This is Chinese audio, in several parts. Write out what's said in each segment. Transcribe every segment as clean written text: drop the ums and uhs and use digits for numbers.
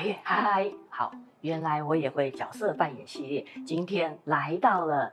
月，嗨，好，原来我也会角色扮演系列，今天来到了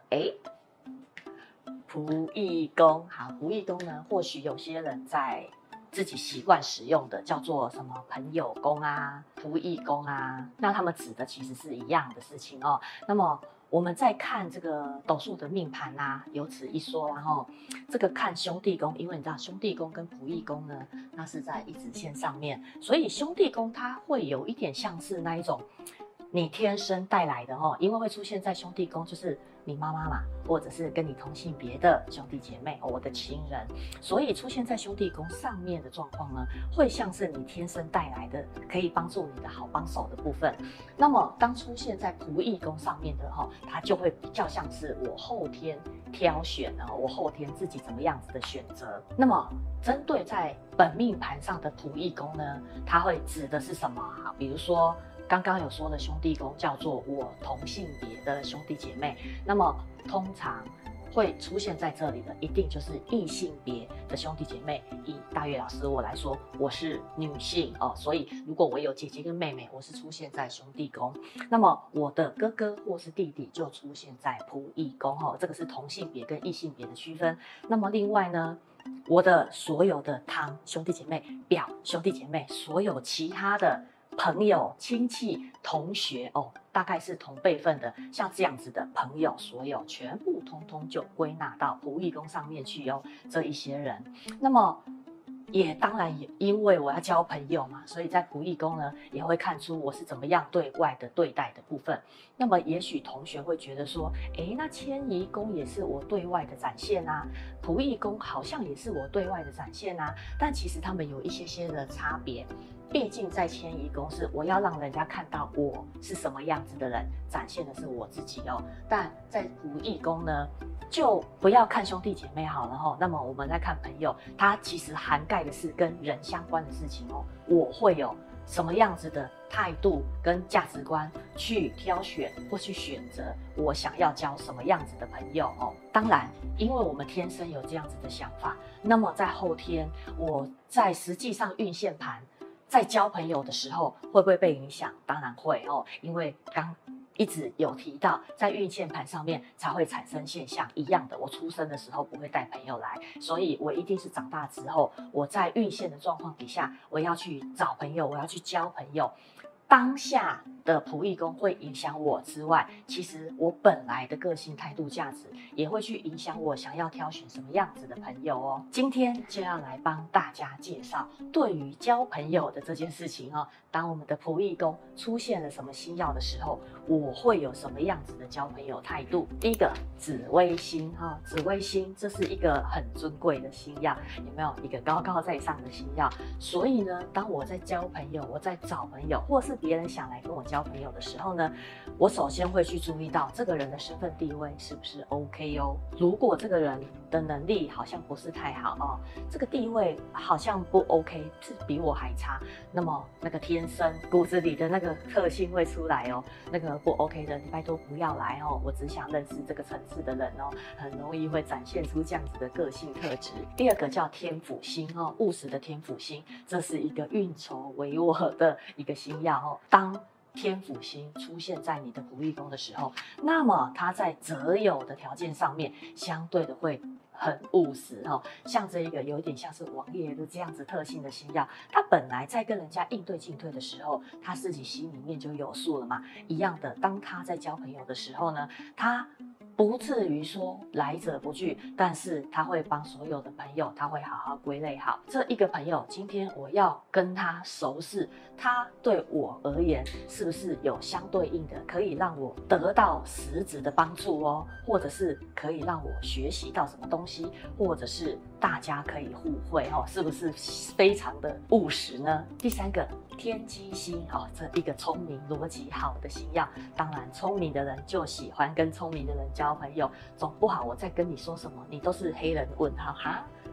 仆役宫。好，仆役宫呢，或许有些人在自己习惯使用的叫做什么朋友宫啊、仆役宫啊，那他们指的其实是一样的事情哦。那么我们在看这个斗数的命盘啊，有此一说啦吼。这个看兄弟宫，因为你知道兄弟宫跟仆役宫呢，那是在一直线上面，所以兄弟宫它会有一点像是那一种你天生带来的哦，因为会出现在兄弟宫，就是你妈妈嘛，或者是跟你同性别的兄弟姐妹，我的亲人，所以出现在兄弟宫上面的状况呢，会像是你天生带来的，可以帮助你的好帮手的部分。那么当出现在仆役宫上面的它就会比较像是我后天挑选我后天自己怎么样子的选择。那么针对在本命盘上的仆役宫呢，它会指的是什么？好，比如说刚刚有说的兄弟宫叫做我同性别的兄弟姐妹，那么通常会出现在这里的一定就是异性别的兄弟姐妹。以大月老师我来说，我是女性所以如果我有姐姐跟妹妹，我是出现在兄弟宫，那么我的哥哥或是弟弟就出现在仆役宫这个是同性别跟异性别的区分。那么另外呢，我的所有的堂兄弟姐妹、表兄弟姐妹，所有其他的朋友、亲戚、同学大概是同辈分的，像这样子的朋友，所有全部通通就归纳到仆役宫上面去这一些人。那么也当然也因为我要交朋友嘛，所以在仆役宫呢也会看出我是怎么样对外的对待的部分。那么也许同学会觉得说，那迁移宫也是我对外的展现啊，仆役宫好像也是我对外的展现啊，但其实他们有一些的差别。毕竟在迁移宫是我要让人家看到我是什么样子的人，展现的是我自己但在仆役宫呢，就不要看兄弟姐妹好了那么我们来看朋友，它其实涵盖的是跟人相关的事情我会有什么样子的态度跟价值观去挑选或去选择我想要交什么样子的朋友当然，因为我们天生有这样子的想法，那么在后天我在实际上运线盘在交朋友的时候会不会被影响？当然会因为刚一直有提到，在运线盘上面才会产生现象一样的。我出生的时候不会带朋友来，所以我一定是长大之后，我在运线的状况底下，我要去找朋友，我要去交朋友。当下的仆役宫会影响我之外，其实我本来的个性、态度、价值也会去影响我想要挑选什么样子的朋友今天就要来帮大家介绍，对于交朋友的这件事情当我们的仆役宫出现了什么星曜的时候，我会有什么样子的交朋友态度？第一个，紫微星紫微星这是一个很尊贵的星曜，有没有一个高高在上的星曜？所以呢，当我在交朋友，我在找朋友，或是别人想来跟我交朋友的时候呢，我首先会去注意到这个人的身份地位是不是 OK 如果这个人的能力好像不是太好这个地位好像不 OK， 是比我还差，那么那个天生骨子里的那个特性会出来那个不 OK 的，你拜托不要来我只想认识这个城市的人很容易会展现出这样子的个性特质。第二个叫天府星务实的天府星，这是一个运筹帷幄的一个星曜当天府星出现在你的仆役宫的时候，那么它在择友的条件上面相对的会很务实像这一个有一点像是王爷的这样子特性的星曜，他本来在跟人家应对进退的时候，他自己心里面就有数了嘛。一样的，当他在交朋友的时候呢，他不至于说来者不拒，但是他会帮所有的朋友，他会好好归类好这一个朋友。今天我要跟他熟识，他对我而言是不是有相对应的，可以让我得到实质的帮助或者是可以让我学习到什么东西，或者是大家可以互惠是不是非常的务实呢？第三个，天机星这一个聪明逻辑好的星曜，当然聪明的人就喜欢跟聪明的人交朋友，总不好我在跟你说什么你都是黑人问号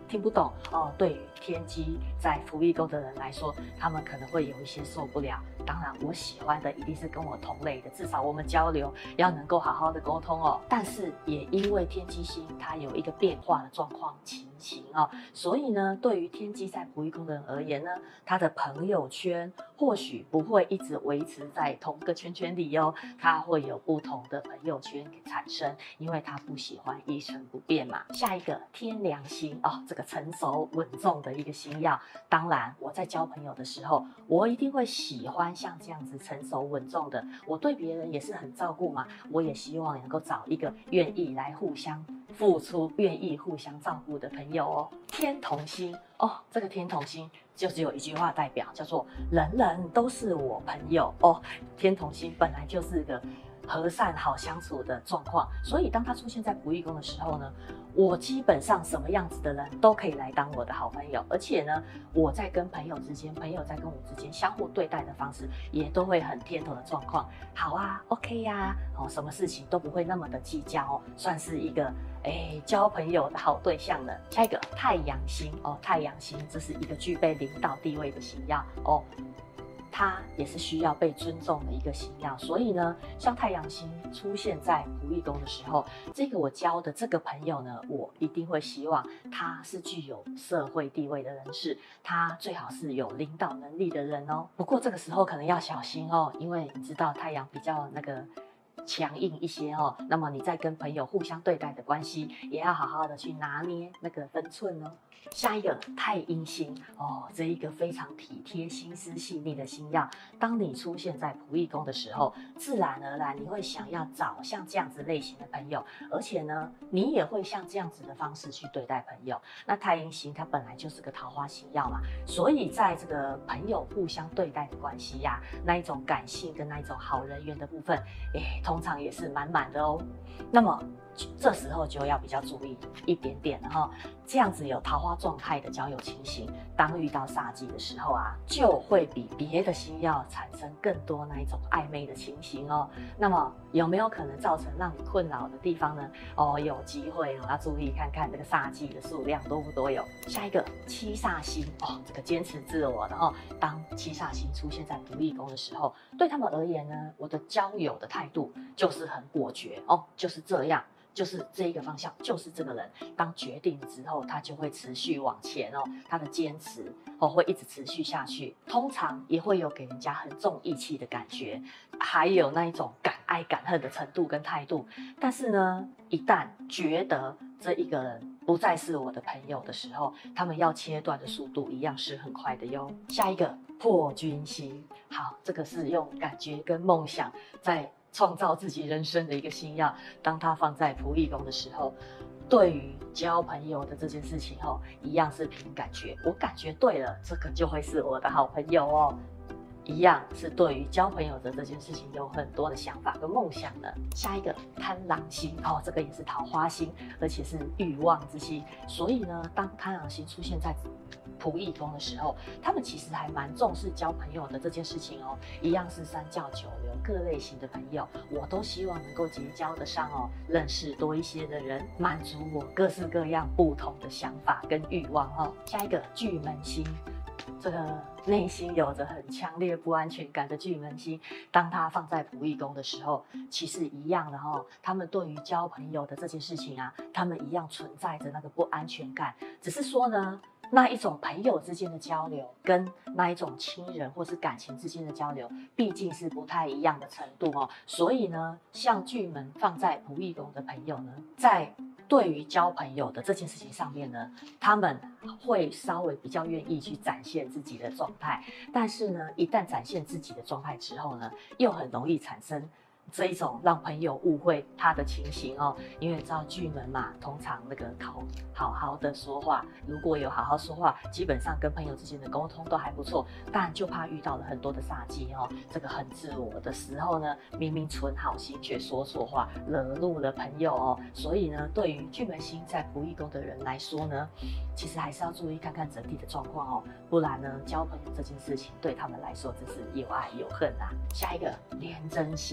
听不懂哦。对于天机在仆役宫的人来说，他们可能会有一些受不了。当然，我喜欢的一定是跟我同类的，至少我们交流要能够好好的沟通哦。但是也因为天机星它有一个变化的状况情形哦，所以呢，对于天机在仆役宫的人而言呢，他的朋友圈或许不会一直维持在同个圈圈里哦，他会有不同的朋友圈产生，因为他不喜欢一成不变嘛。下一个天梁星哦，这个成熟稳重的一个星耀。当然，我在交朋友的时候，我一定会喜欢像这样子成熟稳重的。我对别人也是很照顾嘛，我也希望能够找一个愿意来互相付出、愿意互相照顾的朋友哦。天同星哦，这个天同星就只有一句话代表，叫做人人都是我朋友哦。天同星本来就是个和善好相处的状况，所以当他出现在仆役宫的时候呢，我基本上什么样子的人都可以来当我的好朋友，而且呢，我在跟朋友之间，朋友在跟我之间相互对待的方式，也都会很天头的状况。好啊 ，OK 呀，哦，什么事情都不会那么的计较哦，算是一个交朋友的好对象了。下一个太阳星哦，太阳星这是一个具备领导地位的星耀哦。它也是需要被尊重的一个星耀，所以呢，像太阳星出现在仆役宫的时候，这个我交的这个朋友呢，我一定会希望他是具有社会地位的人士，他最好是有领导能力的人哦。不过这个时候可能要小心哦，因为你知道太阳比较那个强硬一些哦，那么你在跟朋友互相对待的关系，也要好好的去拿捏那个分寸哦。下一个太阴星哦，这一个非常体贴、心思细腻的星耀，当你出现在仆役宫的时候，自然而然你会想要找像这样子类型的朋友，而且呢，你也会像这样子的方式去对待朋友。那太阴星它本来就是个桃花星耀嘛，所以在这个朋友互相对待的关系呀，那一种感性跟那一种好人缘的部分，通常也是满满的哦。那么这时候就要比较注意一点点了哈。这样子有桃花状态的交友情形，当遇到煞忌的时候啊，就会比别的星耀产生更多那一种暧昧的情形哦。那么有没有可能造成让你困扰的地方呢？哦，有机会哦，要注意看看这个煞忌的数量多不多有。下一个七煞星哦，这个坚持自我的哦。当七煞星出现在仆役宫的时候，对他们而言呢，我的交友的态度就是很果决哦，就是这样。就是这一个方向，就是这个人当决定之后，他就会持续往前哦，他的坚持哦会一直持续下去，通常也会有给人家很重义气的感觉，还有那一种敢爱敢恨的程度跟态度。但是呢，一旦觉得这一个人不再是我的朋友的时候，他们要切断的速度一样是很快的哟。下一个破军星，好，这个是用感觉跟梦想在创造自己人生的一个星耀，当他放在仆役宫的时候，对于交朋友的这件事情哦，一样是凭感觉。我感觉对了，这个就会是我的好朋友哦。一样是对于交朋友的这件事情有很多的想法跟梦想的。下一个贪狼星哦，这个也是桃花星，而且是欲望之星。所以呢，当贪狼星出现在仆役宫的时候，他们其实还蛮重视交朋友的这件事情哦。一样是三教九流各类型的朋友，我都希望能够结交得上哦，认识多一些的人，满足我各式各样不同的想法跟欲望哦。下一个巨门星。这个内心有着很强烈不安全感的巨门星，当他放在仆役宫的时候，其实一样的哦。他们对于交朋友的这件事情啊，他们一样存在着那个不安全感，只是说呢，那一种朋友之间的交流，跟那一种亲人或是感情之间的交流，毕竟是不太一样的程度哦。所以呢，像巨门放在仆役宫的朋友呢，在对于交朋友的这件事情上面呢，他们会稍微比较愿意去展现自己的状态，但是呢，一旦展现自己的状态之后呢，又很容易产生这一种让朋友误会他的情形哦。因为知道巨门嘛，通常那个好好的说话，如果有好好说话，基本上跟朋友之间的沟通都还不错，但就怕遇到了很多的煞机哦。这个很自我的时候呢，明明存好心却说错话，惹怒了朋友哦。所以呢，对于巨门星在仆役宫的人来说呢，其实还是要注意看看整体的状况哦，不然呢，交朋友这件事情对他们来说真是有爱有恨啊。下一个廉贞星啊。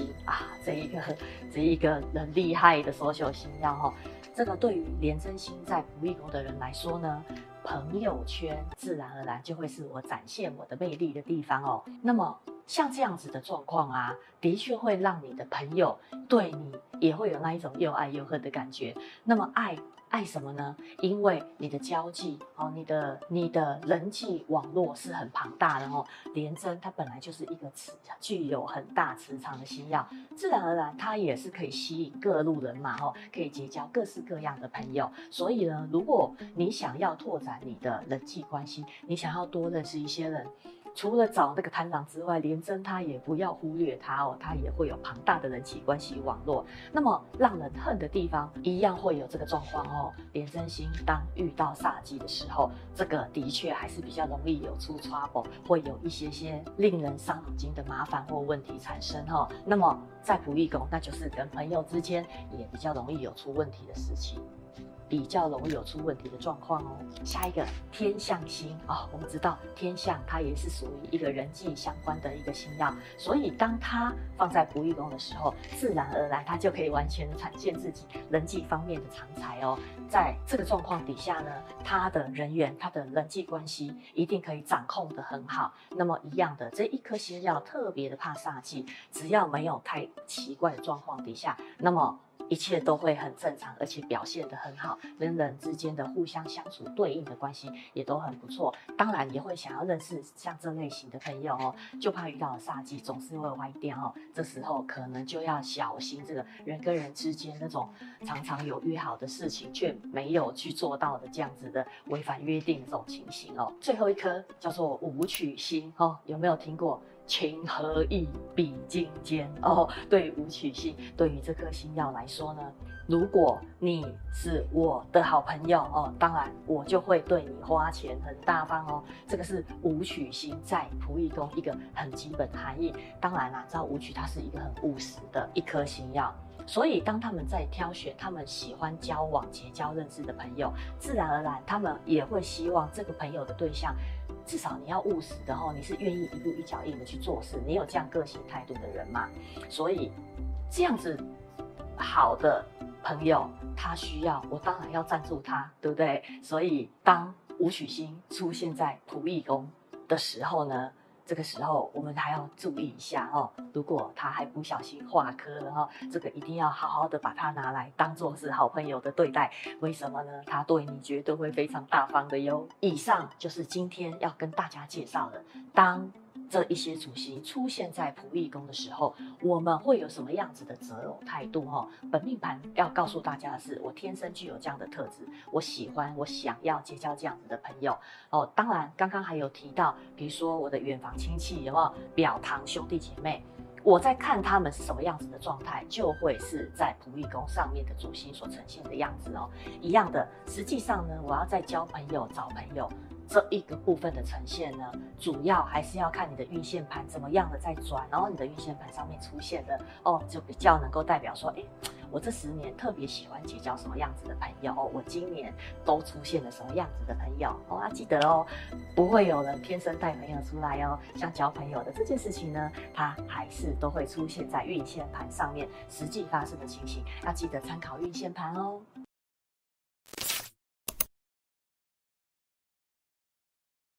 这一个很厉害的social星耀哈。这个对于廉贞星在仆役宫的人来说呢，朋友圈自然而然就会是我展现我的魅力的地方哦。那么像这样子的状况啊，的确会让你的朋友对你也会有那一种又爱又恨的感觉。那么爱什么呢？因为你的交际哦，你的人际网络是很庞大的哦。廉贞它本来就是一个具有很大磁场的星耀，自然而然它也是可以吸引各路人马哦，可以结交各式各样的朋友。所以呢，如果你想要拓展你的人际关系，你想要多认识一些人，除了找那个贪狼之外，廉贞他也不要忽略他哦，他也会有庞大的人际关系网络。那么让人恨的地方，一样会有这个状况哦。廉贞星当遇到煞忌的时候，这个的确还是比较容易有出 trouble， 会有一些令人伤脑筋的麻烦或问题产生哦。那么在仆役宫，那就是跟朋友之间也比较容易有出问题的事情。比较容易有出问题的状况哦。下一个天相星啊，我们知道天相它也是属于一个人际相关的一个星耀，所以当它放在仆役宫的时候，自然而然它就可以完全的展现自己人际方面的长才哦。在这个状况底下呢，他的人缘、他的人际关系一定可以掌控得很好。那么一样的，这一颗星耀特别的怕煞气，只要没有太奇怪的状况底下，那么一切都会很正常，而且表现得很好，人人之间的互相相处对应的关系也都很不错。当然也会想要认识像这类型的朋友哦，就怕遇到了煞忌总是会歪掉哦。这时候可能就要小心这个人跟人之间那种常常有约好的事情却没有去做到的这样子的违反约定的这种情形哦。最后一颗叫做武曲星哦，有没有听过？情和义比金坚哦，对于武曲星，对于这颗星耀来说呢，如果你是我的好朋友哦，当然我就会对你花钱很大方哦。这个是武曲星在仆役宫一个很基本的含义。当然啦，知道武曲它是一个很务实的一颗星耀。所以，当他们在挑选他们喜欢交往、结交、认识的朋友，自然而然，他们也会希望这个朋友的对象，至少你要务实的哦，你是愿意一步一脚印的去做事，你有这样个性态度的人嘛？所以，这样子好的朋友，他需要我当然要赞助他，对不对？所以，当武曲星出现在仆役宫的时候呢？这个时候我们还要注意一下哦，如果他还不小心化科了哈，这个一定要好好的把它拿来当做是好朋友的对待。为什么呢？他对你绝对会非常大方的哟。以上就是今天要跟大家介绍的，当这一些主星出现在仆役宫的时候，我们会有什么样子的择偶态度哦？本命盘要告诉大家的是，我天生具有这样的特质，我喜欢，我想要结交这样子的朋友哦。当然，刚刚还有提到，比如说我的远房亲戚有没有表堂兄弟姐妹？我在看他们是什么样子的状态，就会是在仆役宫上面的主星所呈现的样子哦。一样的，实际上呢，我要在交朋友、找朋友这一个部分的呈现呢，主要还是要看你的运线盘怎么样的在转，然后你的运线盘上面出现的哦，就比较能够代表说，我这10年特别喜欢结交什么样子的朋友哦，我今年都出现了什么样子的朋友哦，要记得哦，不会有人天生带朋友出来哦。像交朋友的这件事情呢，它还是都会出现在运线盘上面实际发生的情形，要记得参考运线盘哦。